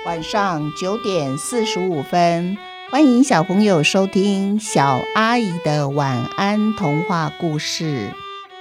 晚上9:45，欢迎小朋友收听小阿姨的晚安童话故事。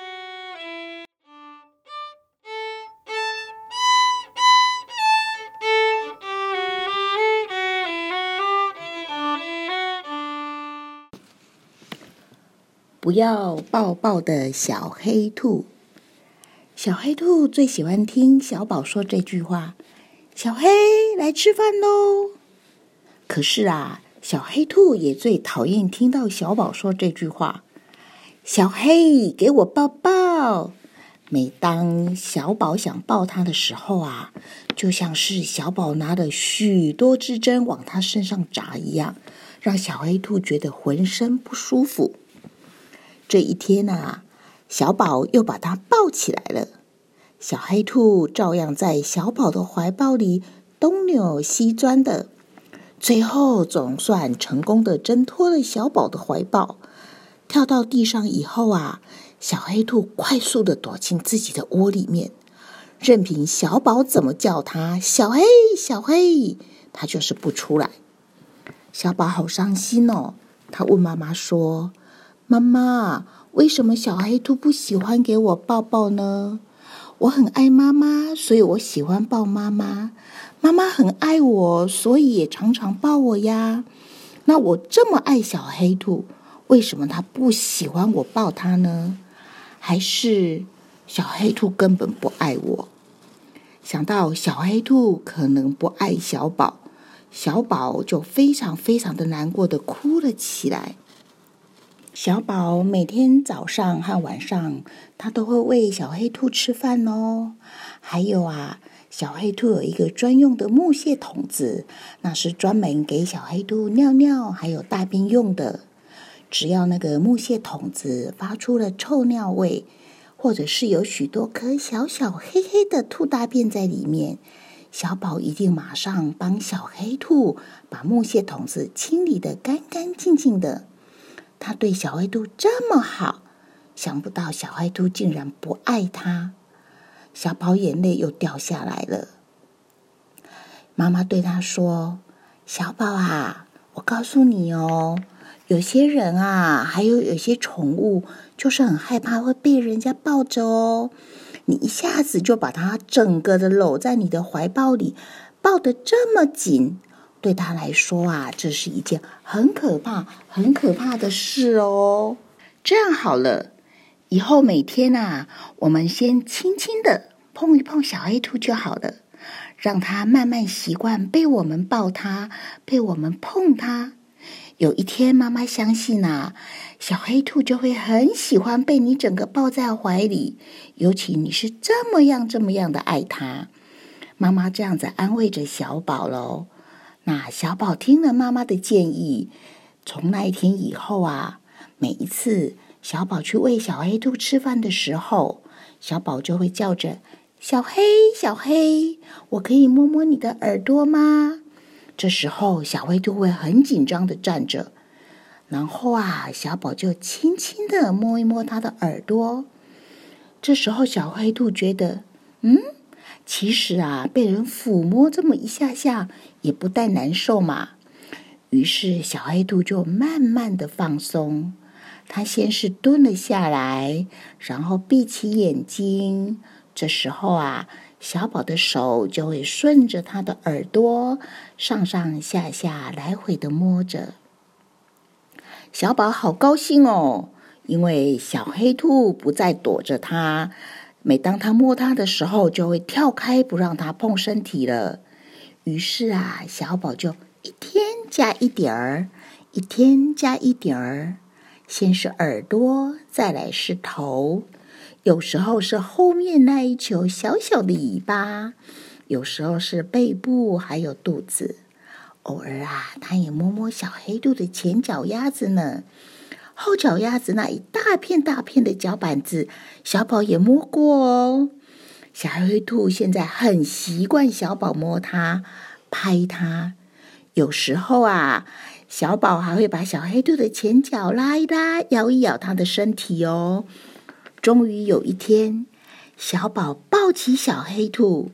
不要抱抱的小黑兔。小黑兔最喜欢听小宝说这句话：小黑，来吃饭喽！可是啊，小黑兔也最讨厌听到小宝说这句话：小黑，给我抱抱！每当小宝想抱他的时候啊，就像是小宝拿了许多支针往他身上扎一样，让小黑兔觉得浑身不舒服。这一天啊，小宝又把他抱起来了。小黑兔照样在小宝的怀抱里东扭西钻的，最后总算成功的挣脱了小宝的怀抱。跳到地上以后啊，小黑兔快速的躲进自己的窝里面，任凭小宝怎么叫他小黑小黑，他就是不出来。小宝好伤心哦，他问妈妈说：妈妈，为什么小黑兔不喜欢给我抱抱呢？我很爱妈妈，所以我喜欢抱妈妈。妈妈很爱我，所以也常常抱我呀。那我这么爱小黑兔，为什么他不喜欢我抱他呢？还是小黑兔根本不爱我？想到小黑兔可能不爱小宝，小宝就非常非常的难过的哭了起来。小宝每天早上和晚上，他都会喂小黑兔吃饭哦。还有啊，小黑兔有一个专用的木屑桶子，那是专门给小黑兔尿尿还有大便用的。只要那个木屑桶子发出了臭尿味，或者是有许多颗小小黑黑的兔大便在里面，小宝一定马上帮小黑兔把木屑桶子清理得干干净净的。他对小黑兔这么好，想不到小黑兔竟然不爱他。小宝眼泪又掉下来了。妈妈对他说：小宝啊，我告诉你哦，有些人啊，还有些宠物，就是很害怕会被人家抱着哦。你一下子就把它整个的搂在你的怀抱里，抱得这么紧，对他来说啊，这是一件很可怕、很可怕的事哦。这样好了，以后每天啊，我们先轻轻的碰一碰小黑兔就好了，让它慢慢习惯被我们抱它，被我们碰它。有一天，妈妈相信啊，小黑兔就会很喜欢被你整个抱在怀里，尤其你是这么样的爱它。妈妈这样子安慰着小宝咯。那小宝听了妈妈的建议，从那一天以后啊，每一次小宝去喂小黑兔吃饭的时候，小宝就会叫着小黑小黑，我可以摸摸你的耳朵吗？这时候小黑兔会很紧张的站着，然后啊，小宝就轻轻的摸一摸他的耳朵。这时候小黑兔觉得其实啊，被人抚摸这么一下下也不太难受嘛。于是小黑兔就慢慢的放松，它先是蹲了下来，然后闭起眼睛。这时候啊，小宝的手就会顺着它的耳朵上上下下来回的摸着。小宝好高兴哦，因为小黑兔不再躲着它，每当他摸它的时候，就会跳开不让它碰身体了。于是啊，小宝就一天加一点儿，一天加一点儿，先是耳朵，再来是头，有时候是后面那一球小小的尾巴，有时候是背部还有肚子。偶尔啊，他也摸摸小黑兔的前脚丫子呢。后脚丫子那一大片大片的脚板子，小宝也摸过哦。小黑兔现在很习惯小宝摸它、拍它。有时候啊，小宝还会把小黑兔的前脚拉一拉，摇一摇它的身体哦。终于有一天，小宝抱起小黑兔，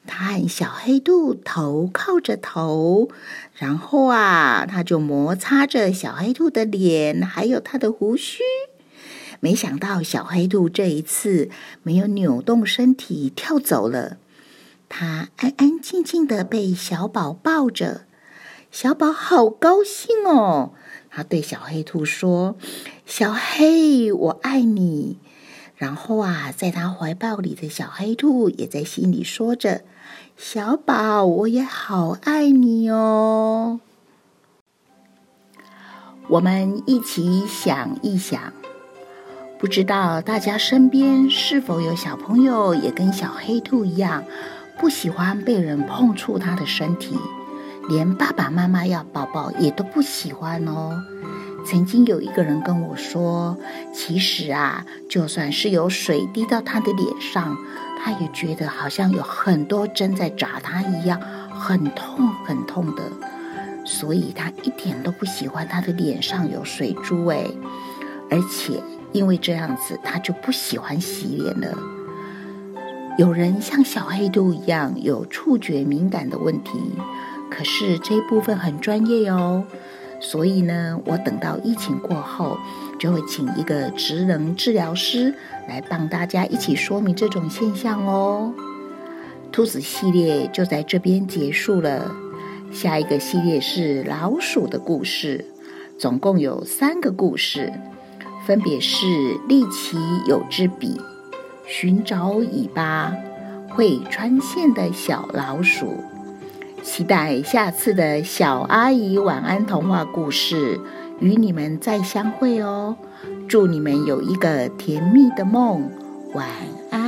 他和小黑兔头靠着头，然后他就摩擦着小黑兔的脸，还有他的胡须。没想到小黑兔这一次没有扭动身体跳走了，它安安静静的被小宝抱着。小宝好高兴哦，他对小黑兔说：“小黑，我爱你。”然后在他怀抱里的小黑兔也在心里说着：“小宝，我也好爱你哦。”我们一起想一想，不知道大家身边是否有小朋友也跟小黑兔一样，不喜欢被人碰触他的身体，连爸爸妈妈要抱抱也都不喜欢哦。曾经有一个人跟我说，其实就算是有水滴到他的脸上，他也觉得好像有很多针在扎他一样，很痛很痛的，所以他一点都不喜欢他的脸上有水珠而且因为这样子，他就不喜欢洗脸了。有人像小黑兔一样有触觉敏感的问题，可是这一部分很专业哦。所以呢，我等到疫情过后，就会请一个职能治疗师来帮大家一起说明这种现象哦。兔子系列就在这边结束了，下一个系列是老鼠的故事，总共有3个故事，分别是力奇有支笔、寻找尾巴、会穿线的小老鼠。期待下次的小阿姨晚安童话故事与你们再相会哦。祝你们有一个甜蜜的梦，晚安。